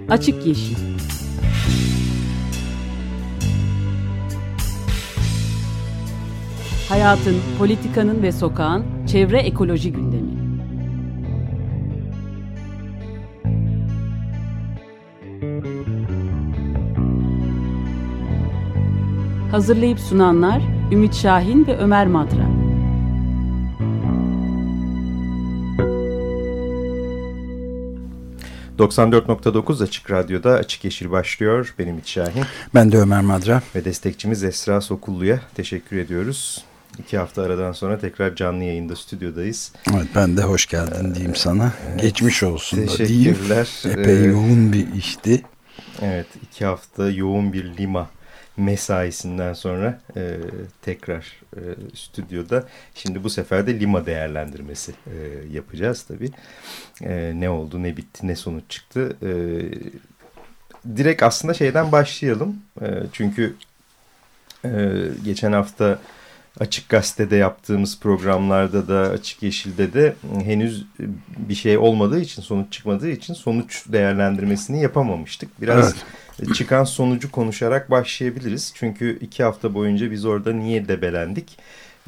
Açık Yeşil. Hayatın, politikanın ve sokağın çevre ekoloji gündemi. Hazırlayıp sunanlar Ümit Şahin ve Ömer Madra. ...94.9 Açık Radyo'da Açık Yeşil başlıyor. Benim Ümit Şahin. Ben de Ömer Madra. Ve destekçimiz Esra Sokullu'ya teşekkür ediyoruz. 2 hafta aradan sonra tekrar canlı yayında stüdyodayız. Evet, ben de hoş geldin diyeyim sana. Geçmiş olsun da diyeyim. Teşekkürler. Epey yoğun bir işti. Evet, 2 hafta yoğun bir Lima mesaisinden sonra tekrar stüdyoda. Şimdi bu sefer de Lima değerlendirmesi yapacağız tabii. Ne oldu, ne bitti, ne sonuç çıktı. Direkt aslında şeyden başlayalım. Çünkü geçen hafta Açık Gazete'de yaptığımız programlarda da Açık Yeşil'de de henüz bir şey olmadığı için, sonuç çıkmadığı için sonuç değerlendirmesini yapamamıştık. Biraz çıkan sonucu konuşarak başlayabiliriz. Çünkü 2 hafta boyunca biz orada niye debelendik?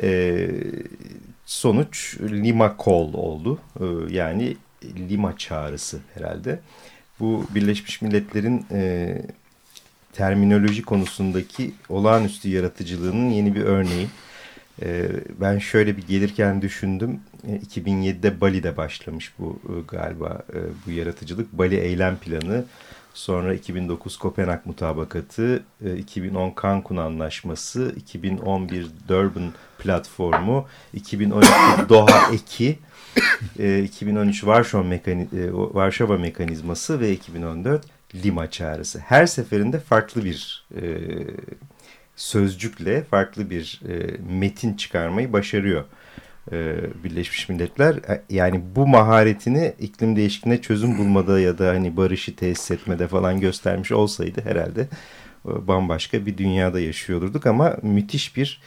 Sonuç Lima Call oldu. Yani Lima çağrısı herhalde. Bu Birleşmiş Milletler'in terminoloji konusundaki olağanüstü yaratıcılığının yeni bir örneği. Ben şöyle bir gelirken düşündüm. 2007'de Bali'de başlamış bu galiba bu yaratıcılık. Bali Eylem Planı, sonra 2009 Kopenhag Mutabakatı, 2010 Cancun Anlaşması, 2011 Durban Platformu, 2012 Doha Eki, 2013 Varşova Mekanizması ve 2014 Lima Çağrısı. Her seferinde farklı bir sözcükle farklı bir metin çıkarmayı başarıyor Birleşmiş Milletler. Yani bu maharetini iklim değişikliğine çözüm bulmada ya da hani barışı tesis etmede falan göstermiş olsaydı herhalde bambaşka bir dünyada yaşıyor olurduk, ama müthiş bir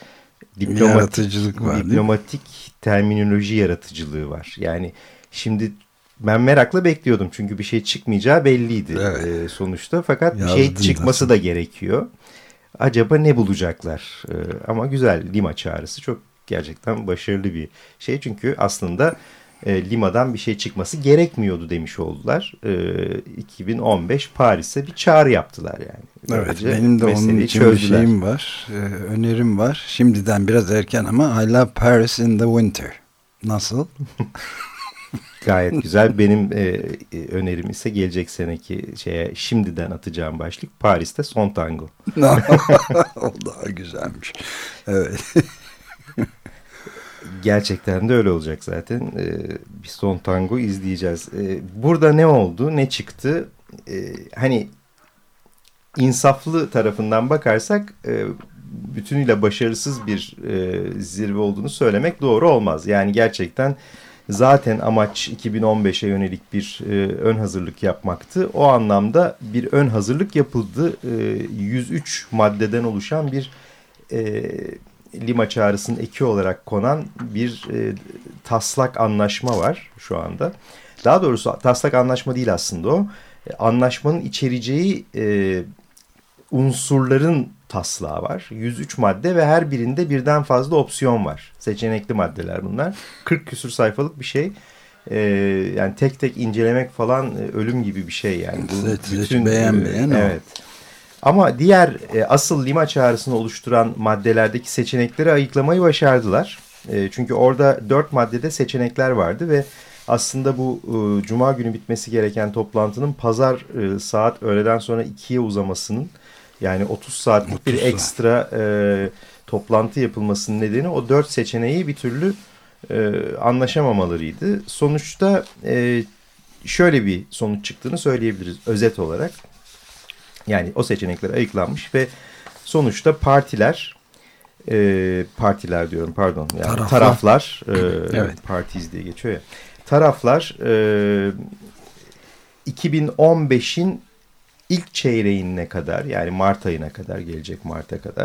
diplomatik terminoloji yaratıcılığı var. Yani şimdi ben merakla bekliyordum çünkü bir şey çıkmayacağı belliydi sonuçta, fakat bir şey çıkması da gerekiyor. Acaba ne bulacaklar? Ama güzel, Lima çağrısı çok gerçekten başarılı bir şey. Çünkü aslında Lima'dan bir şey çıkması gerekmiyordu demiş oldular. 2015 Paris'e bir çağrı yaptılar yani. Böylece evet, benim de onun için bir şeyim var, önerim var. Şimdiden biraz erken ama I love Paris in the winter. Nasıl? Gayet güzel. Benim önerim ise gelecek seneki şimdiden atacağım başlık Paris'te son tango. O daha güzelmiş. Evet. Gerçekten de öyle olacak zaten. Bir son tango izleyeceğiz. Burada ne oldu, ne çıktı? Hani insaflı tarafından bakarsak bütünüyle başarısız bir zirve olduğunu söylemek doğru olmaz. Yani gerçekten zaten amaç 2015'e yönelik bir ön hazırlık yapmaktı. O anlamda bir ön hazırlık yapıldı. 103 maddeden oluşan bir Lima çağrısının eki olarak konan bir taslak anlaşma var şu anda. Daha doğrusu taslak anlaşma değil aslında o. Anlaşmanın içereceği unsurların taslağı var. 103 madde ve her birinde birden fazla opsiyon var. Seçenekli maddeler bunlar. 40 küsur sayfalık bir şey. Yani tek tek incelemek falan ölüm gibi bir şey yani. Bu bütün beğen evet. Ama diğer asıl Lima çağrısını oluşturan maddelerdeki seçenekleri ayıklamayı başardılar. Çünkü orada 4 maddede seçenekler vardı ve aslında bu Cuma günü bitmesi gereken toplantının pazar saat öğleden sonra 2'ye uzamasının, yani 30 saatlik bir ekstra toplantı yapılmasının nedeni o 4 seçeneği bir türlü anlaşamamalarıydı. Sonuçta şöyle bir sonuç çıktığını söyleyebiliriz özet olarak. Yani o seçenekler ayıklanmış ve sonuçta partiler diyorum pardon. Yani taraflar evet. Parties diye geçiyor ya. Taraflar 2015'in ilk çeyreğine kadar, yani Mart ayına kadar, gelecek Mart'a kadar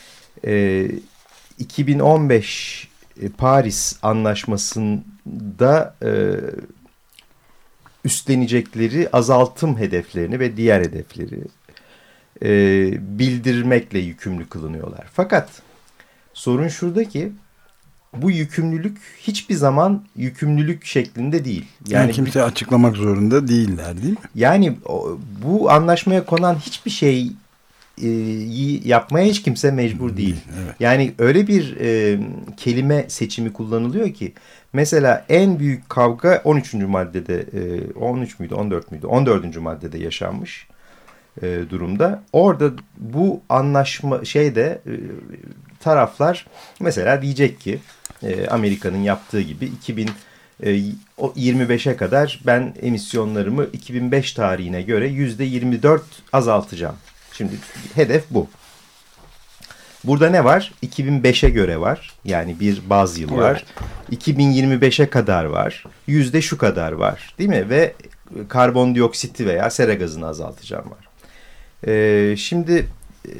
2015 Paris Anlaşması'nda üstlenecekleri azaltım hedeflerini ve diğer hedefleri bildirmekle yükümlü kılınıyorlar. Fakat sorun şurada ki bu yükümlülük hiçbir zaman yükümlülük şeklinde değil. Yani kimse açıklamak zorunda değiller, değil mi? Yani bu anlaşmaya konan hiçbir şey yapmaya hiç kimse mecbur değil. Evet. Yani öyle bir kelime seçimi kullanılıyor ki mesela en büyük kavga 13. maddede 13 müydü 14 müydü 14. maddede yaşanmış durumda. Orada bu anlaşma taraflar mesela diyecek ki Amerika'nın yaptığı gibi 2025'e kadar ben emisyonlarımı 2005 tarihine göre %24 azaltacağım. Şimdi hedef bu. Burada ne var? 2005'e göre var. Yani bir baz yıl var. 2025'e kadar var. Yüzde şu kadar var. Değil mi? Ve karbondioksiti veya sera gazını azaltacağım var. Şimdi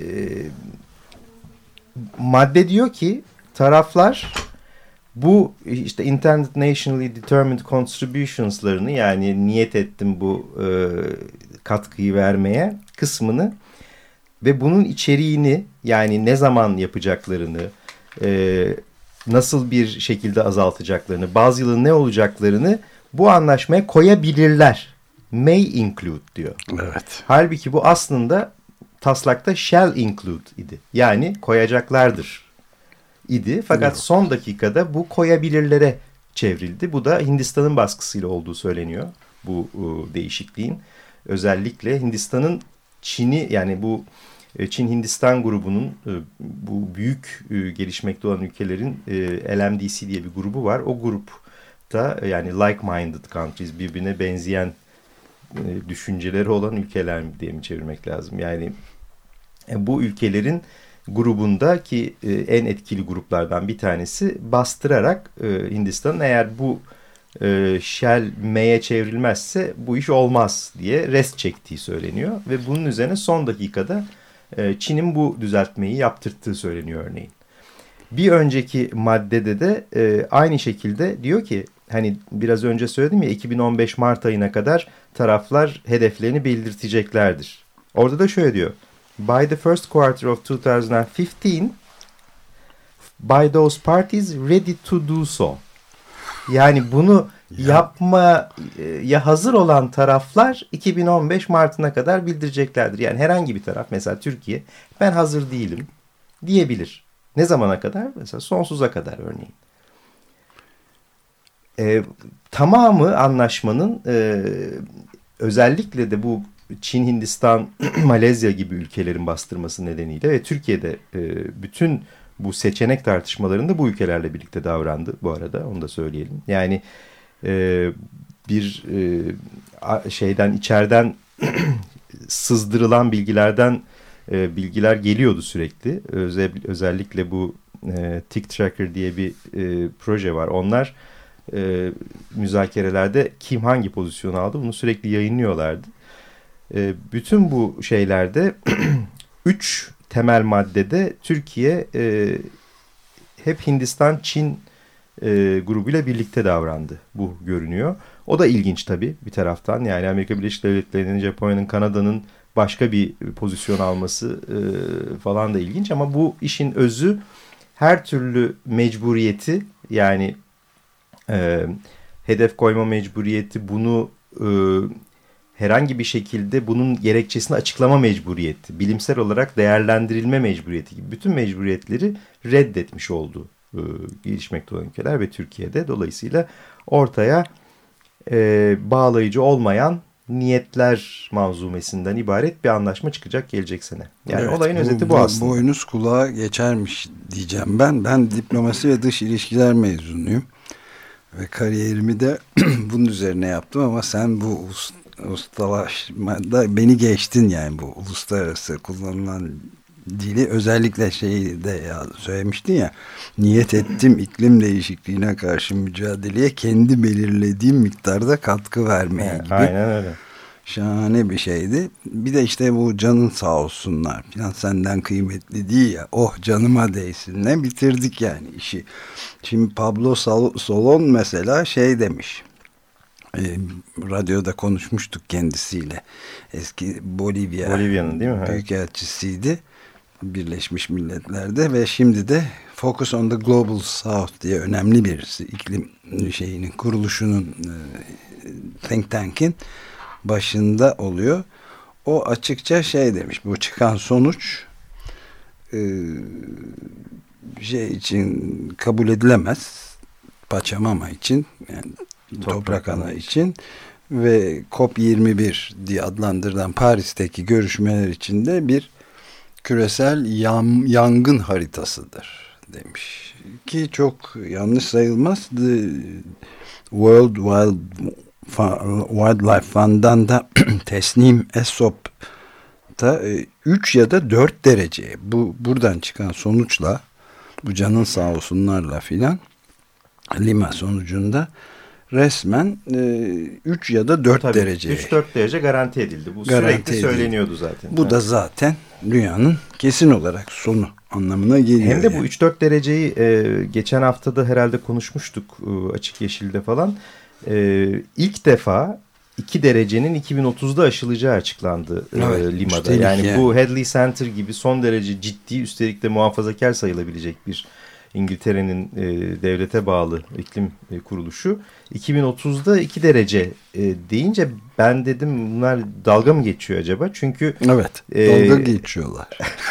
madde diyor ki taraflar bu işte intended nationally determined contributions'larını yani niyet ettim bu katkıyı vermeye kısmını ve bunun içeriğini yani ne zaman yapacaklarını, nasıl bir şekilde azaltacaklarını, bazı yılın ne olacaklarını bu anlaşmaya koyabilirler. May include diyor. Evet. Halbuki bu aslında taslakta shall include idi. Yani koyacaklardır idi. Fakat son dakikada bu koyabilirlere çevrildi. Bu da Hindistan'ın baskısıyla olduğu söyleniyor bu değişikliğin. Özellikle Hindistan'ın Çin'i yani bu Çin-Hindistan grubunun bu büyük gelişmekte olan ülkelerin LMDC diye bir grubu var. O grupta yani like-minded countries birbirine benzeyen düşünceleri olan ülkeler mi diye mi çevirmek lazım? Yani bu ülkelerin grubunda ki en etkili gruplardan bir tanesi bastırarak Hindistan'ın eğer bu Shell May'e çevrilmezse bu iş olmaz diye rest çektiği söyleniyor. Ve bunun üzerine son dakikada Çin'in bu düzeltmeyi yaptırttığı söyleniyor örneğin. Bir önceki maddede de aynı şekilde diyor ki hani biraz önce söyledim ya 2015 Mart ayına kadar taraflar hedeflerini bildirteceklerdir. Orada da şöyle diyor. By the first quarter of 2015 by those parties ready to do so. Yani bunu yapmaya hazır olan taraflar 2015 Mart'ına kadar bildireceklerdir. Yani herhangi bir taraf mesela Türkiye ben hazır değilim diyebilir. Ne zamana kadar? Mesela sonsuza kadar örneğin. Tamamı anlaşmanın özellikle de bu Çin, Hindistan, Malezya gibi ülkelerin bastırması nedeniyle ve Türkiye'de bütün bu seçenek tartışmalarında bu ülkelerle birlikte davrandı bu arada onu da söyleyelim. Yani bir şeyden içeriden sızdırılan bilgiler geliyordu sürekli. Özellikle bu Tick Tracker diye bir proje var. Onlar müzakerelerde kim hangi pozisyonu aldı bunu sürekli yayınlıyorlardı. Bütün bu şeylerde 3 temel maddede Türkiye hep Hindistan, Çin grubuyla birlikte davrandı. Bu görünüyor. O da ilginç tabii bir taraftan. Yani Amerika Birleşik Devletleri'nin, Japonya'nın, Kanada'nın başka bir pozisyon alması falan da ilginç. Ama bu işin özü her türlü mecburiyeti yani hedef koyma mecburiyeti bunu herhangi bir şekilde bunun gerekçesini açıklama mecburiyeti, bilimsel olarak değerlendirilme mecburiyeti gibi bütün mecburiyetleri reddetmiş oldu gelişmekte olan ülkeler ve Türkiye'de. Dolayısıyla ortaya bağlayıcı olmayan niyetler manzumesinden ibaret bir anlaşma çıkacak gelecek sene. Yani evet, olayın özeti bu aslında. Boynuz kulağa geçermiş diyeceğim ben. Ben diplomasi ve dış ilişkiler mezunuyum. Ve kariyerimi de bunun üzerine yaptım ama sen bu ustalaşmada beni geçtin yani bu uluslararası kullanılan dili özellikle şeyi de söylemiştin ya niyet ettim iklim değişikliğine karşı mücadeleye kendi belirlediğim miktarda katkı vermeye gibi. Aynen öyle. Şahane bir şeydi. Bir de işte bu canın sağ olsunlar falan senden kıymetli değil ya. Oh canıma değsinle bitirdik yani işi. Şimdi Pablo Solon mesela şey demiş. Radyoda konuşmuştuk kendisiyle. Eski Bolivya'nın değil mi? Büyükelçisiydi Birleşmiş Milletler'de ve şimdi de Focus on the Global South diye önemli bir iklim kuruluşunun, think tank'in başında oluyor. O açıkça demiş, bu çıkan sonuç için kabul edilemez, Pachamama için, yani toprak ana için ve COP21 diye adlandırılan Paris'teki görüşmeler içinde bir küresel yangın haritasıdır demiş ki çok yanlış sayılmaz. The World Wildlife Fund'dan da Tesnim Esop da 3 ya da 4 derece buradan çıkan sonuçla, bu canın sağ olsunlarla filan, Lima sonucunda resmen 3 ya da 4 derece. 3-4 derece garanti edildi. Bu sürekli söyleniyordu zaten. Bu da zaten dünyanın kesin olarak sonu anlamına geliyor. Hem de bu 3-4 dereceyi geçen haftada herhalde konuşmuştuk Açık Yeşil'de falan. İlk defa 2 derecenin 2030'da aşılacağı açıklandı Lima'da. Yani bu Hadley Center gibi son derece ciddi, üstelik de muhafazakar sayılabilecek bir İngiltere'nin devlete bağlı iklim kuruluşu 2030'da 2 derece deyince ben dedim bunlar dalga mı geçiyor acaba? Çünkü evet, dalga geçiyorlar.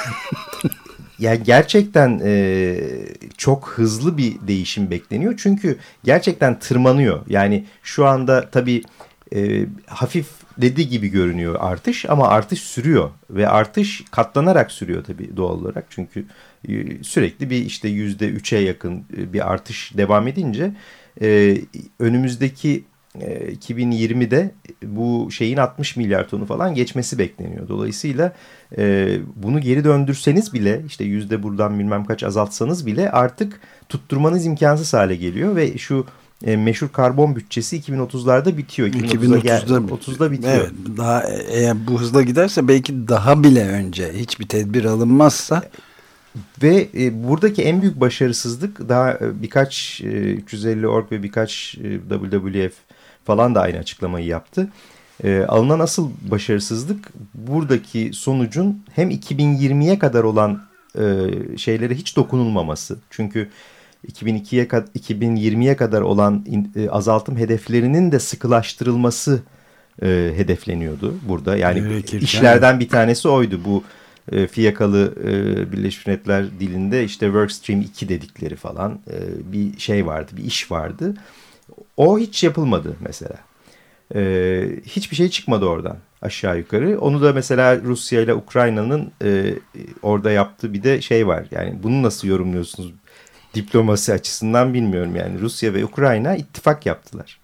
Yani gerçekten çok hızlı bir değişim bekleniyor. Çünkü gerçekten tırmanıyor. Yani şu anda tabii hafif dediği gibi görünüyor artış, ama artış sürüyor ve artış katlanarak sürüyor tabii doğal olarak. Çünkü sürekli bir işte %3'e yakın bir artış devam edince önümüzdeki 2020'de bu şeyin 60 milyar tonu falan geçmesi bekleniyor. Dolayısıyla bunu geri döndürseniz bile, işte yüzde buradan bilmem kaç azaltsanız bile artık tutturmanız imkansız hale geliyor ve şu meşhur karbon bütçesi 2030'larda bitiyor. 2030'da bitiyor. Evet, daha eğer bu hızla giderse belki daha bile önce, hiçbir tedbir alınmazsa. Ve buradaki en büyük başarısızlık, daha birkaç 350.org ve birkaç WWF falan da aynı açıklamayı yaptı. Alınan asıl başarısızlık buradaki sonucun hem 2020'ye kadar olan şeylere hiç dokunulmaması. Çünkü 2020'ye kadar olan azaltım hedeflerinin de sıkılaştırılması hedefleniyordu burada. Yani işlerden bir tanesi oydu. Bu fiyakalı Birleşmiş Milletler dilinde işte Workstream 2 dedikleri falan bir şey vardı, bir iş vardı. O hiç yapılmadı mesela. Hiçbir şey çıkmadı oradan aşağı yukarı. Onu da mesela Rusya ile Ukrayna'nın orada yaptığı bir de şey var. Yani bunu nasıl yorumluyorsunuz? Diplomasi açısından bilmiyorum yani. Rusya ve Ukrayna ittifak yaptılar.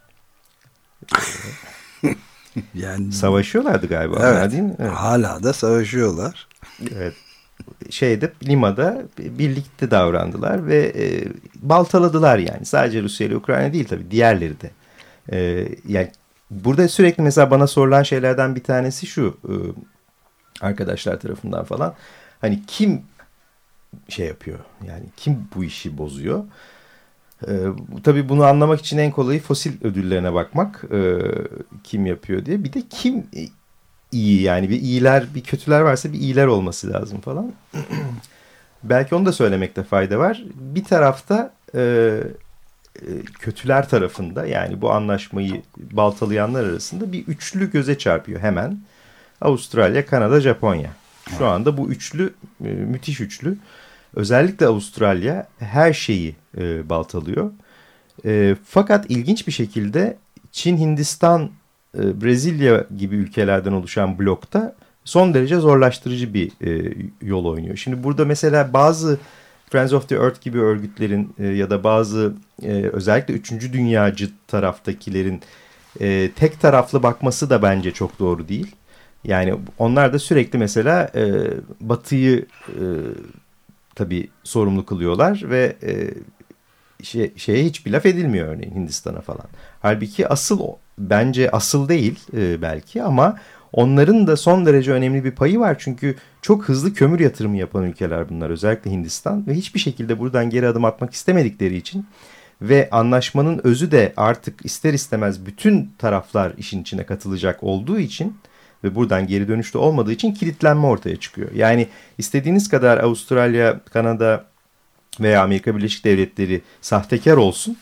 Yani savaşıyorlardı galiba. Evet, değil mi? Evet. Hala da savaşıyorlar. Evet. Lima'da birlikte davrandılar ve baltaladılar yani. Sadece Rusya ile Ukrayna değil tabii, diğerleri de. Yani burada sürekli mesela bana sorulan şeylerden bir tanesi şu, arkadaşlar tarafından falan. Hani kim şey yapıyor? Yani kim bu işi bozuyor? Tabii bunu anlamak için en kolayı fosil ödüllerine bakmak. Kim yapıyor diye. Bir de kim iyi, yani bir iyiler, bir kötüler varsa bir iyiler olması lazım falan. Belki onu da söylemekte fayda var. Bir tarafta kötüler tarafında, yani bu anlaşmayı baltalayanlar arasında bir üçlü göze çarpıyor hemen. Avustralya, Kanada, Japonya. Şu anda bu üçlü müthiş üçlü. Özellikle Avustralya her şeyi baltalıyor. Fakat ilginç bir şekilde Çin, Hindistan, Brezilya gibi ülkelerden oluşan blokta son derece zorlaştırıcı bir yol oynuyor. Şimdi burada mesela bazı Friends of the Earth gibi örgütlerin ya da bazı özellikle 3. dünyacı taraftakilerin tek taraflı bakması da bence çok doğru değil. Yani onlar da sürekli mesela Batı'yı tabii sorumlu kılıyorlar ve şeye hiçbir laf edilmiyor örneğin Hindistan'a falan. Halbuki bence asıl değil belki, ama onların da son derece önemli bir payı var. Çünkü çok hızlı kömür yatırımı yapan ülkeler bunlar, özellikle Hindistan, ve hiçbir şekilde buradan geri adım atmak istemedikleri için ve anlaşmanın özü de artık ister istemez bütün taraflar işin içine katılacak olduğu için ve buradan geri dönüşte olmadığı için kilitlenme ortaya çıkıyor. Yani istediğiniz kadar Avustralya, Kanada veya Amerika Birleşik Devletleri sahtekar olsun.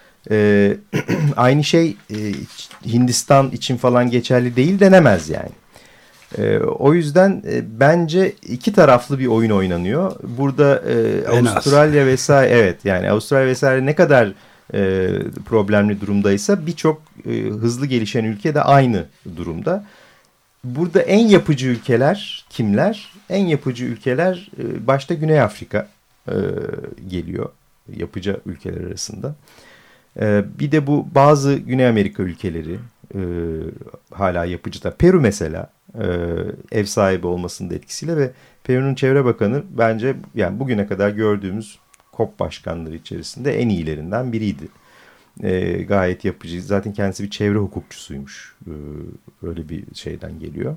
Aynı şey Hindistan için falan geçerli değil denemez yani. O yüzden bence iki taraflı bir oyun oynanıyor. Burada Avustralya vesaire, evet yani Avustralya vesaire ne kadar problemli durumdaysa birçok hızlı gelişen ülke de aynı durumda. Burada en yapıcı ülkeler kimler? En yapıcı ülkeler başta Güney Afrika geliyor yapıcı ülkeler arasında. Bir de bu bazı Güney Amerika ülkeleri hala yapıcıda. Peru mesela ev sahibi olmasının da etkisiyle ve Peru'nun Çevre Bakanı bence yani bugüne kadar gördüğümüz COP başkanları içerisinde en iyilerinden biriydi. Gayet yapıcı. Zaten kendisi bir çevre hukukçusuymuş. Öyle bir şeyden geliyor.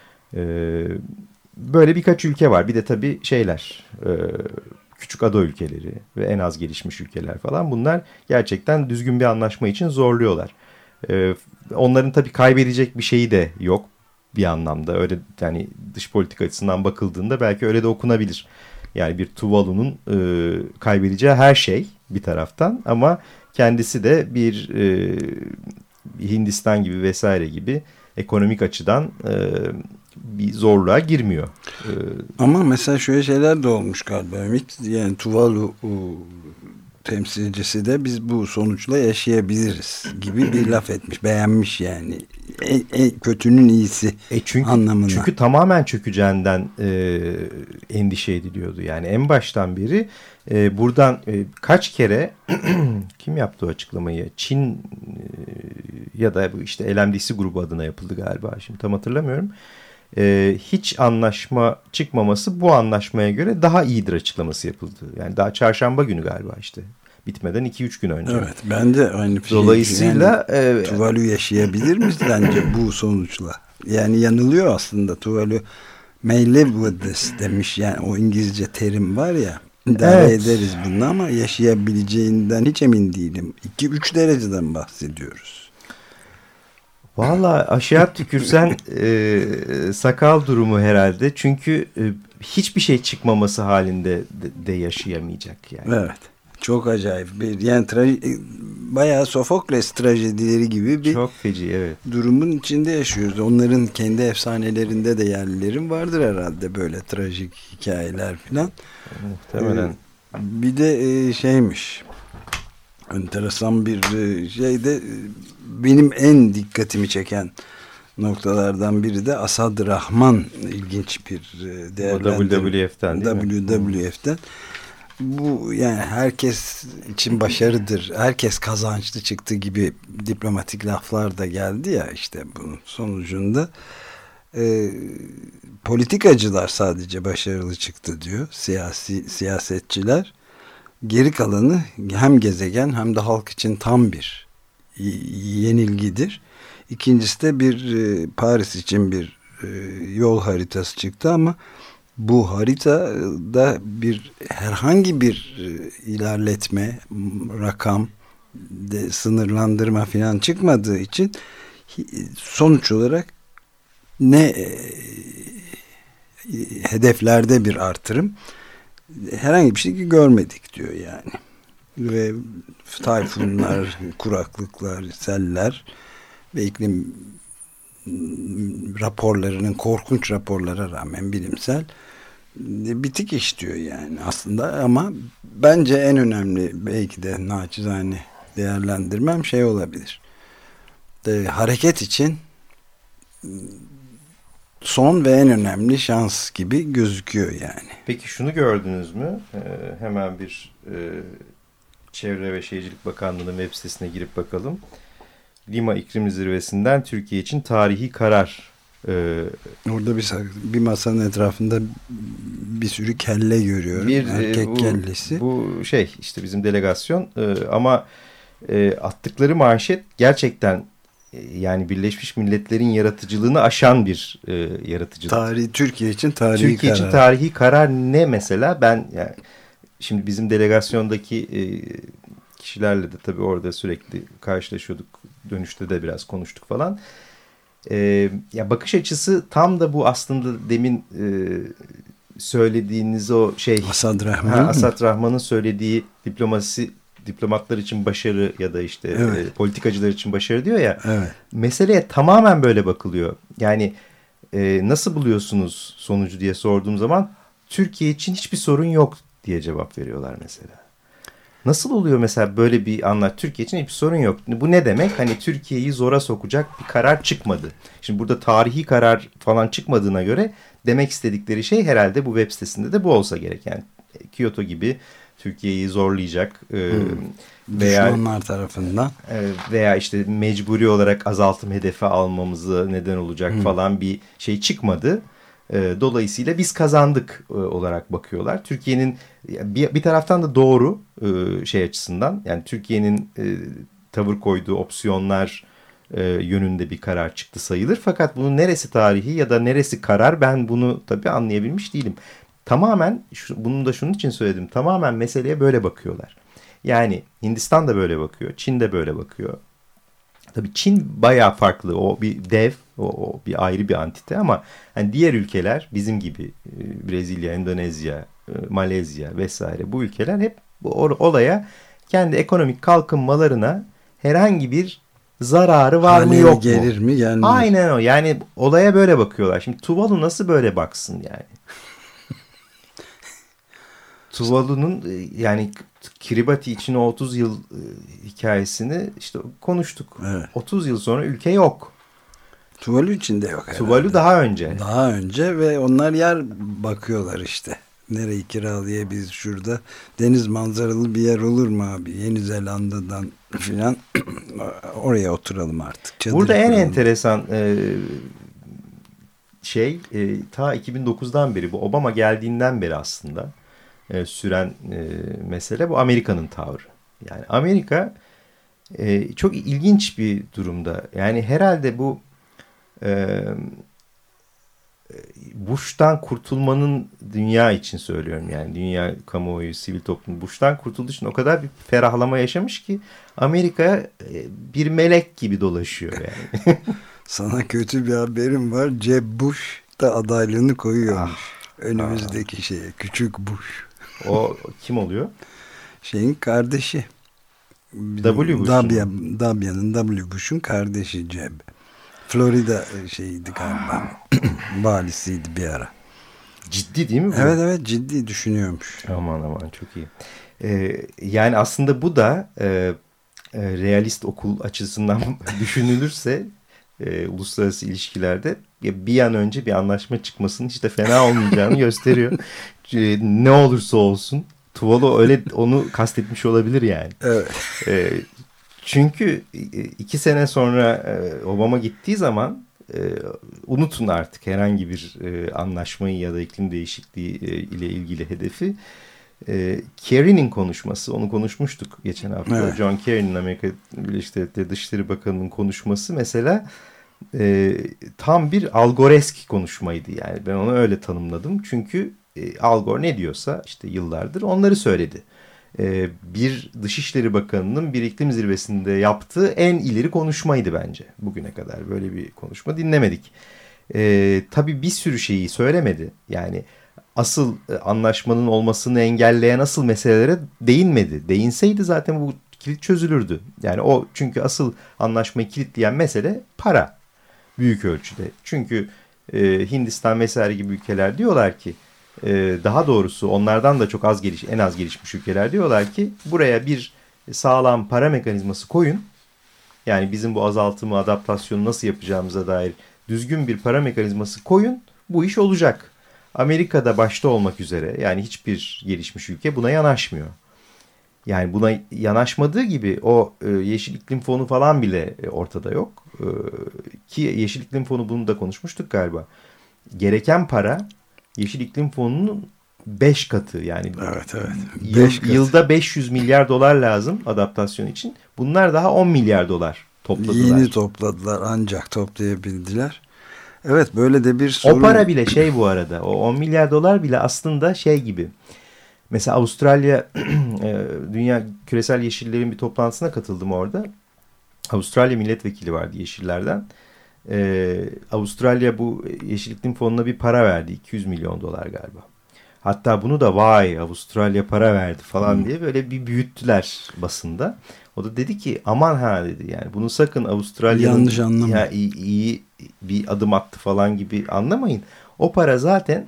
Böyle birkaç ülke var. Bir de tabii şeyler, küçük ada ülkeleri ve en az gelişmiş ülkeler falan. Bunlar gerçekten düzgün bir anlaşma için zorluyorlar. Onların tabii kaybedecek bir şeyi de yok bir anlamda. Öyle yani dış politika açısından bakıldığında belki öyle de okunabilir. Yani bir Tuvalu'nun kaybedeceği her şey bir taraftan ama kendisi de bir Hindistan gibi vesaire gibi ekonomik açıdan bir zorluğa girmiyor. Ama mesela şöyle şeyler de olmuş galiba Ümit. Yani Tuvalu temsilcisi de biz bu sonuçla yaşayabiliriz gibi bir laf etmiş. Beğenmiş yani. Kötünün iyisi anlamında. Çünkü tamamen çökeceğinden endişe ediliyordu. Yani en baştan beri buradan kaç kere kim yaptı o açıklamayı? Çin ya da işte LMDC grubu adına yapıldı galiba. Şimdi tam hatırlamıyorum. Hiç anlaşma çıkmaması bu anlaşmaya göre daha iyidir açıklaması yapıldı. Yani daha çarşamba günü galiba işte. Bitmeden 2-3 gün önce. Evet, ben de aynı fikir. Dolayısıyla yani, Tuvalu yaşayabilir mi bence bu sonuçla? Yani yanılıyor aslında Tuvalu. May live with this demiş. Yani o İngilizce terim var ya. İdare ederiz bunu ama yaşayabileceğinden hiç emin değilim. 2-3 dereceden bahsediyoruz. Valla aşağı tükürsen sakal durumu herhalde. Çünkü hiçbir şey çıkmaması halinde de yaşayamayacak yani. Evet. Çok acayip bir yani bayağı Sofokles trajedileri gibi bir çok feci, evet. Durumun içinde yaşıyoruz. Onların kendi efsanelerinde de yerlilerin vardır herhalde böyle trajik hikayeler falan. Muhtemelen. Bir de şeymiş. Enteresan bir şey de benim en dikkatimi çeken noktalardan biri de Asad Rahman ilginç bir değerlendirme. WWF'ten değil mi? WWF'ten. Bu yani herkes için başarıdır. Herkes kazançlı çıktı gibi diplomatik laflar da geldi ya işte bunun sonucunda. Politikacılar sadece başarılı çıktı diyor. Siyasetçiler. Geri kalanı hem gezegen hem de halk için tam bir yenilgidir. İkincisi de bir Paris için bir yol haritası çıktı ama bu haritada herhangi bir ilerletme, rakam, sınırlandırma falan çıkmadığı için sonuç olarak ne hedeflerde bir artırım herhangi bir şey görmedik diyor yani. Ve tayfunlar, kuraklıklar, seller ve iklim raporlarının korkunç raporlara rağmen bilimsel bitik iş diyor yani aslında ama bence en önemli belki de naçizane değerlendirmem şey olabilir. Hareket için son ve en önemli şans gibi gözüküyor yani. Peki şunu gördünüz mü? Hemen bir Çevre ve Şehircilik Bakanlığı'nın web sitesine girip bakalım. Lima İklim Zirvesi'nden Türkiye için tarihi karar. Orada bir masanın etrafında bir sürü kelle görüyorum. Erkek kellesi. Bu işte bizim delegasyon ama attıkları manşet gerçekten yani Birleşmiş Milletler'in yaratıcılığını aşan bir yaratıcılık. Türkiye için tarihi Türkiye için tarihi karar ne mesela? Ben yani şimdi bizim delegasyondaki kişilerle de tabii orada sürekli karşılaşıyorduk. Dönüşte de biraz konuştuk falan. Ya bakış açısı tam da bu aslında demin söylediğiniz o şey. Asad Rahman'ın söylediği diplomatlar için başarı ya da işte politikacılar için başarı diyor ya. Evet. Meseleye tamamen böyle bakılıyor. Yani nasıl buluyorsunuz sonucu diye sorduğum zaman Türkiye için hiçbir sorun yok diye cevap veriyorlar mesela. Nasıl oluyor mesela böyle bir anlat? Türkiye için hiçbir sorun yok. Bu ne demek? Hani Türkiye'yi zora sokacak bir karar çıkmadı. Şimdi burada tarihi karar falan çıkmadığına göre demek istedikleri şey herhalde bu web sitesinde de bu olsa gerek. Yani Kyoto gibi Türkiye'yi zorlayacak veya düşmanlar tarafından veya işte mecburi olarak azaltım hedefi almamızı neden olacak falan bir şey çıkmadı. Dolayısıyla biz kazandık olarak bakıyorlar. Türkiye'nin bir taraftan da doğru şey açısından, yani Türkiye'nin tavır koyduğu opsiyonlar yönünde bir karar çıktı sayılır. Fakat bunun neresi tarihi ya da neresi karar, ben bunu tabii anlayabilmiş değilim. Tamamen bunu da şunun için söyledim. Tamamen meseleye böyle bakıyorlar. Yani Hindistan da böyle bakıyor. Çin de böyle bakıyor. Tabii Çin bayağı farklı. O bir dev, o bir ayrı bir antite ama hani diğer ülkeler bizim gibi Brezilya, Endonezya, Malezya vesaire, bu ülkeler hep bu olaya kendi ekonomik kalkınmalarına herhangi bir zararı var mı yok mu? Gelir mi gelmez. Aynen o. Yani olaya böyle bakıyorlar. Şimdi Tuvalu nasıl böyle baksın yani? Tuvalu'nun yani Kiribati için o 30 yıl hikayesini işte konuştuk. Evet. 30 yıl sonra ülke yok. Tuvalu için de yok herhalde. Tuvalu daha önce. Daha önce ve onlar yer bakıyorlar işte. Nereyi kiralayabiliriz şurada? Deniz manzaralı bir yer olur mu abi? Yeni Zelanda'dan filan oraya oturalım artık. Çadır burada kuralım. En enteresan ta 2009'dan beri, bu Obama geldiğinden beri aslında süren mesele bu Amerika'nın tavrı. Yani Amerika çok ilginç bir durumda. Yani herhalde bu Bush'tan kurtulmanın, dünya için söylüyorum yani dünya kamuoyu, sivil toplum Bush'tan kurtulduğu için o kadar bir ferahlama yaşamış ki Amerika bir melek gibi dolaşıyor yani. Sana kötü bir haberim var. Jeb Bush da adaylığını koyuyormuş. Önümüzdeki şeye. Küçük Bush. O kim oluyor? Şeyin kardeşi. W. Bush'un. Dabya'nın W. Bush'un kardeşi Jeb. Florida şeyiydi galiba. Valisiydi bir ara. Ciddi değil mi bu? Evet ciddi düşünüyormuş. Aman çok iyi. Yani aslında bu da realist okul açısından düşünülürse uluslararası ilişkilerde bir an önce bir anlaşma çıkmasının hiç de fena olmayacağını gösteriyor. Ne olursa olsun Tuvalu öyle onu kastetmiş olabilir yani. Evet. Çünkü 2 sene sonra Obama gittiği zaman unutun artık herhangi bir anlaşmayı ya da iklim değişikliği ile ilgili hedefi. Kerry'nin konuşması, onu konuşmuştuk geçen hafta. Evet. John Kerry'nin, Amerika Birleşik Devletleri Dışişleri Bakanı'nın konuşması mesela tam bir Al Gore'esk konuşmaydı yani. Ben onu öyle tanımladım. Çünkü Al Gore ne diyorsa işte yıllardır onları söyledi. Bir Dışişleri Bakanı'nın bir iklim zirvesinde yaptığı en ileri konuşmaydı bence. Bugüne kadar böyle bir konuşma dinlemedik. Tabii bir sürü şeyi söylemedi. Yani asıl anlaşmanın olmasını engelleyen asıl meselelere değinmedi. Değinseydi zaten bu kilit çözülürdü. Yani o, çünkü asıl anlaşmayı kilitleyen mesele para büyük ölçüde. Çünkü Hindistan vesaire gibi ülkeler diyorlar ki, daha doğrusu onlardan da çok en az gelişmiş ülkeler diyorlar ki buraya bir sağlam para mekanizması koyun. Yani bizim bu azaltımı, adaptasyonu nasıl yapacağımıza dair düzgün bir para mekanizması koyun. Bu iş olacak. Amerika'da başta olmak üzere yani hiçbir gelişmiş ülke buna yanaşmıyor. Yani buna yanaşmadığı gibi o Yeşil İklim Fonu falan bile ortada yok. Ki Yeşil İklim Fonu, bunu da konuşmuştuk galiba. Gereken para Yeşil İklim Fonu'nun 5 katı yani. Evet. Yılda 500 milyar dolar lazım adaptasyon için. Bunlar daha 10 milyar dolar topladılar. Yeni topladılar, ancak toplayabildiler. Evet, böyle de bir sorun. O para bile bu arada, o 10 milyar dolar bile aslında gibi. Mesela Avustralya Dünya Küresel Yeşillerin bir toplantısına katıldım orada. Avustralya milletvekili vardı Yeşillerden. Avustralya bu Yeşil İklim Fonu'na bir para verdi. 200 milyon dolar galiba. Hatta bunu da vay Avustralya para verdi falan diye böyle bir büyüttüler basında. O da dedi ki aman ha dedi, yani bunu sakın Avustralya'nın ya iyi bir adım attı falan gibi anlamayın. O para zaten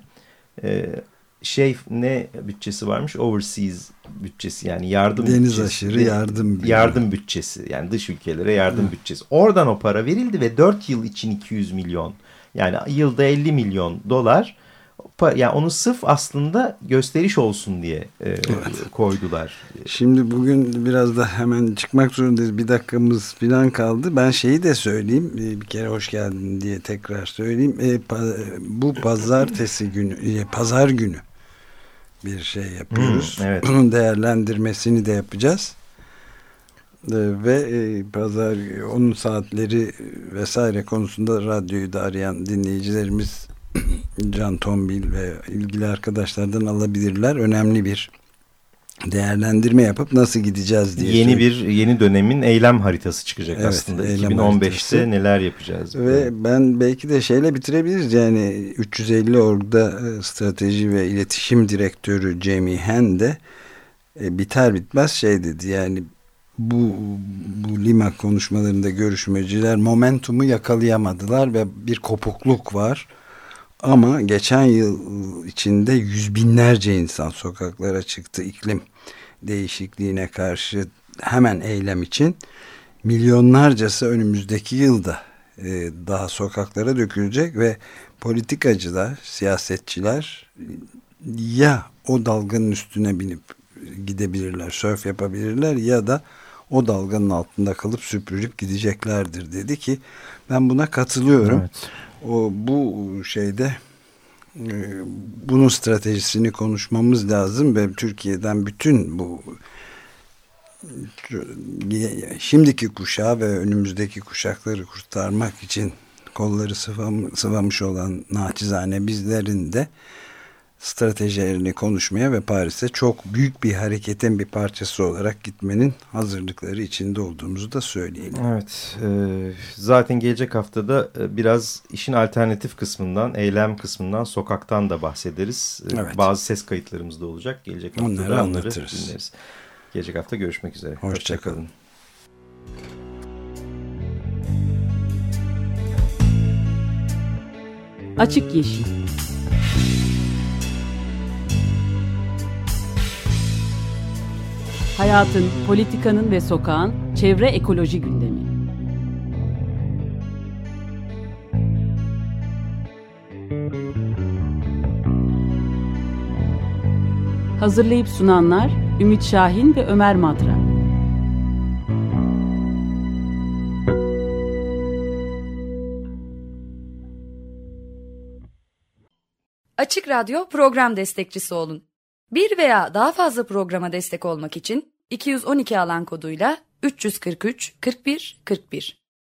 ne bütçesi varmış? Overseas bütçesi, yani yardım deniz bütçesi. aşırı yardım bütçesi, yani dış ülkelere yardım bütçesi. Oradan o para verildi ve 4 yıl için 200 milyon, yani yılda 50 milyon dolar, yani onu sırf aslında gösteriş olsun diye koydular. Şimdi bugün biraz da hemen çıkmak zorundayız. Bir dakikamız falan kaldı. Ben şeyi de söyleyeyim. Bir kere hoş geldin diye tekrar söyleyeyim. Bu pazartesi günü, pazar günü bir şey yapıyoruz. Evet. Bunun değerlendirmesini de yapacağız. Ve pazar onun saatleri vesaire konusunda radyoyu da arayan dinleyicilerimiz Can Tombil ve ilgili arkadaşlardan alabilirler. Önemli bir değerlendirme yapıp nasıl gideceğiz diye. Yeni dönemin eylem haritası çıkacak, evet, aslında. 2015'te haritası. Neler yapacağız? Ve ben belki de şeyle bitirebiliriz. Yani 350 orada strateji ve iletişim direktörü Jamie Henn de biter bitmez şey dedi. Yani bu Lima konuşmalarında görüşmeciler momentumu yakalayamadılar ve bir kopukluk var. Ama geçen yıl içinde yüz binlerce insan sokaklara çıktı iklim değişikliğine karşı hemen eylem için. Milyonlarcası önümüzdeki yılda daha sokaklara dökülecek ve politikacılar, siyasetçiler ya o dalganın üstüne binip gidebilirler, sörf yapabilirler ya da o dalganın altında kalıp süpürüp gideceklerdir dedi ki ben buna katılıyorum. Evet. Bu şeyde bunun stratejisini konuşmamız lazım ve Türkiye'den bütün bu şimdiki kuşağı ve önümüzdeki kuşakları kurtarmak için kolları sıvamış olan naçizane bizlerin de stratejilerini konuşmaya ve Paris'e çok büyük bir hareketin bir parçası olarak gitmenin hazırlıkları içinde olduğumuzu da söyleyelim. Evet. Zaten gelecek haftada biraz işin alternatif kısmından, eylem kısmından, sokaktan da bahsederiz. Evet. Bazı ses kayıtlarımız da olacak. Gelecek haftada onları dinleriz. Gelecek hafta görüşmek üzere. Hoşçakalın. Açık Yeşil. Hayatın, politikanın ve sokağın çevre ekoloji gündemi. Hazırlayıp sunanlar Ümit Şahin ve Ömer Madra. Açık Radyo program destekçisi olun. Bir veya daha fazla programa destek olmak için 212 alan koduyla 343 41 41